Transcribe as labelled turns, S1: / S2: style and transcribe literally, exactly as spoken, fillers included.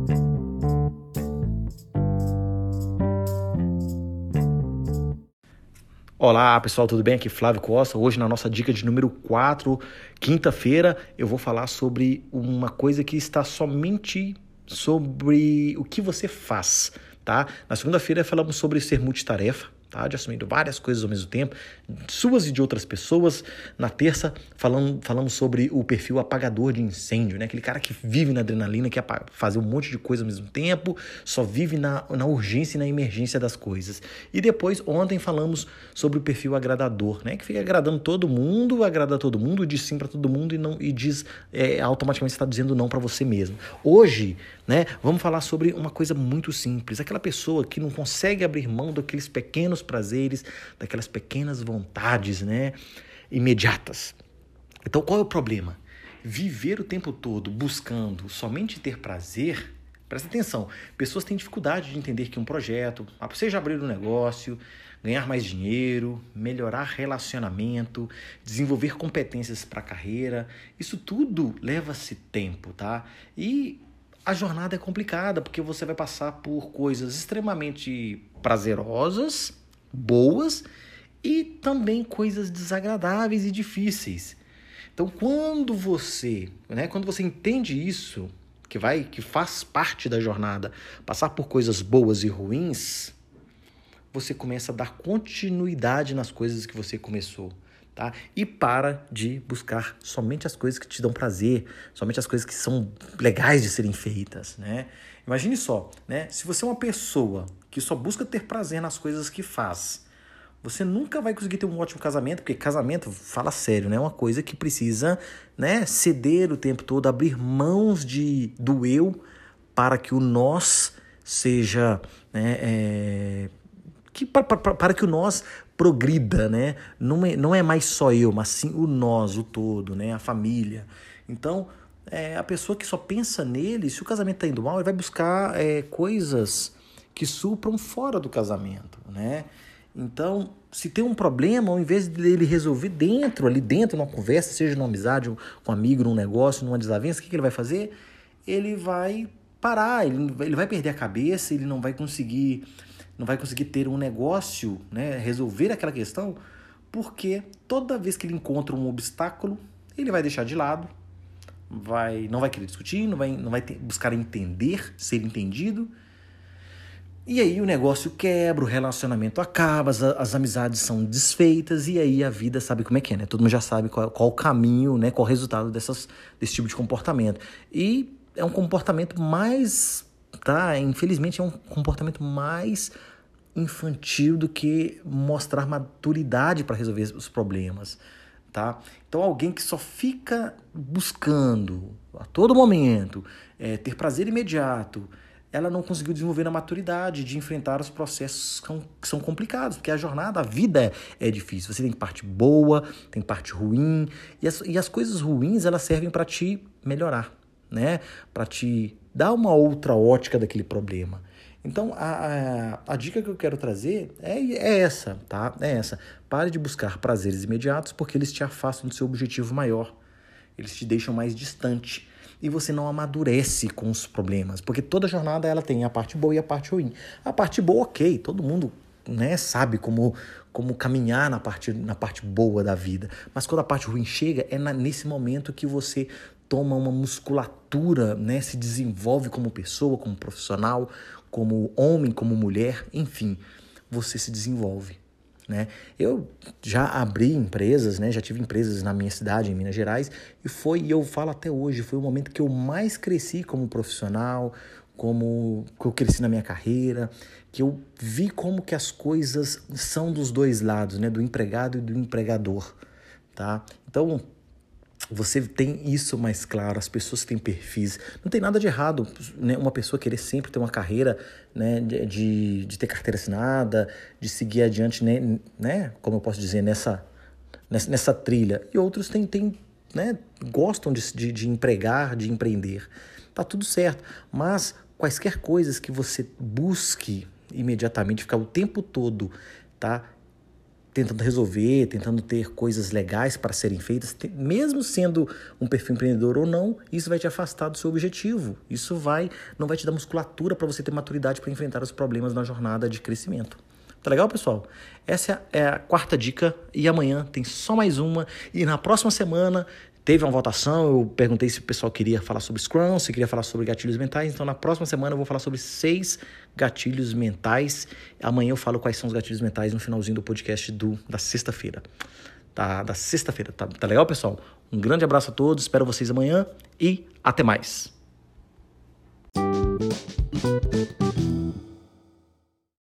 S1: Olá pessoal, tudo bem? Aqui Flávio Costa. Hoje na nossa dica de número quatro, quinta-feira, eu vou falar sobre uma coisa que está somente sobre o que você faz, tá? Na segunda-feira falamos sobre ser multitarefa, tá? De assumindo várias coisas ao mesmo tempo, suas e de outras pessoas. Na terça falamos, falamos sobre o perfil apagador de incêndio, né? Aquele cara que vive na adrenalina, que quer fazer um monte de coisa ao mesmo tempo, só vive na, na urgência e na emergência das coisas. E depois, ontem falamos sobre o perfil agradador, né? Que fica agradando todo mundo, agrada todo mundo, diz sim para todo mundo e, não, e diz é, automaticamente está dizendo não para você mesmo. Hoje, né, vamos falar sobre uma coisa muito simples, aquela pessoa que não consegue abrir mão daqueles pequenos prazeres, daquelas pequenas vontades, né, imediatas. Então, qual é o problema? Viver o tempo todo buscando somente ter prazer. Presta atenção, pessoas têm dificuldade de entender que um projeto, seja abrir um negócio, ganhar mais dinheiro, melhorar relacionamento, desenvolver competências para a carreira, isso tudo leva-se tempo, tá? E a jornada é complicada, porque você vai passar por coisas extremamente prazerosas, boas, e também coisas desagradáveis e difíceis. Então, quando você, né, quando você entende isso, que vai, que faz parte da jornada, passar por coisas boas e ruins, você começa a dar continuidade nas coisas que você começou, tá? E para de buscar somente as coisas que te dão prazer, somente as coisas que são legais de serem feitas, né? Imagine só, né? Se você é uma pessoa que só busca ter prazer nas coisas que faz, você nunca vai conseguir ter um ótimo casamento, porque casamento, fala sério, né? É uma coisa que precisa, né, ceder o tempo todo, abrir mãos de, do eu para que o nós seja, né, é, que, para, para, para que o nós progrida, né? Não é, não é mais só eu, mas sim o nós, o todo, né? A família. Então, é, a pessoa que só pensa nele, se o casamento está indo mal, ele vai buscar é, coisas que supram fora do casamento, né? Então, se tem um problema, ao invés dele resolver dentro, ali dentro, numa conversa, seja numa amizade, com um amigo, num negócio, numa desavença, o que, que ele vai fazer? Ele vai parar, ele, ele vai perder a cabeça, ele não vai conseguir, não vai conseguir ter um negócio, né, resolver aquela questão, porque toda vez que ele encontra um obstáculo, ele vai deixar de lado, vai, não vai querer discutir, não vai, não vai ter, buscar entender, ser entendido. E aí o negócio quebra, o relacionamento acaba, as, as amizades são desfeitas e aí a vida sabe como é que é, né? Todo mundo já sabe qual, qual o caminho, né? Qual o resultado dessas, desse tipo de comportamento. E é um comportamento mais, tá? Infelizmente é um comportamento mais infantil do que mostrar maturidade para resolver os problemas, tá? Então alguém que só fica buscando a todo momento é, ter prazer imediato, ela não conseguiu desenvolver a maturidade de enfrentar os processos que são complicados, porque a jornada, a vida é, é difícil. Você tem parte boa, tem parte ruim, e as, e as coisas ruins, elas servem para te melhorar, né? Para te dar uma outra ótica daquele problema. Então, a, a, a dica que eu quero trazer é, é essa, tá? É essa. Pare de buscar prazeres imediatos, porque eles te afastam do seu objetivo maior. Eles te deixam mais distante. E você não amadurece com os problemas, porque toda jornada ela tem a parte boa e a parte ruim. A parte boa, ok, todo mundo, né, sabe como, como caminhar na parte, na parte boa da vida, mas quando a parte ruim chega, é na, nesse momento que você toma uma musculatura, né, se desenvolve como pessoa, como profissional, como homem, como mulher, enfim, você se desenvolve. Né? Eu já abri empresas, né? Já tive empresas na minha cidade, em Minas Gerais, e foi, e eu falo até hoje, foi o momento que eu mais cresci como profissional, como que eu cresci na minha carreira, que eu vi como que as coisas são dos dois lados, né? Do empregado e do empregador, tá? Então, você tem isso mais claro, as pessoas têm perfis. Não tem nada de errado, né, uma pessoa querer sempre ter uma carreira, né, de, de ter carteira assinada, de seguir adiante, né, né, como eu posso dizer, nessa, nessa, nessa trilha. E outros têm, têm, né, gostam de, de, de empregar, de empreender. Tá tudo certo, mas quaisquer coisas que você busque imediatamente, ficar o tempo todo, tá, tentando resolver, tentando ter coisas legais para serem feitas, mesmo sendo um perfil empreendedor ou não, isso vai te afastar do seu objetivo. Isso vai, não vai te dar musculatura para você ter maturidade para enfrentar os problemas na jornada de crescimento. Tá legal, pessoal? Essa é a quarta dica e amanhã tem só mais uma. E na próxima semana teve uma votação, eu perguntei se o pessoal queria falar sobre Scrum, se queria falar sobre gatilhos mentais. Então na próxima semana eu vou falar sobre seis gatilhos mentais. Amanhã eu falo quais são os gatilhos mentais no finalzinho do podcast do, da sexta-feira. Tá, da sexta-feira. Tá, tá legal, pessoal? Um grande abraço a todos, espero vocês amanhã e até mais.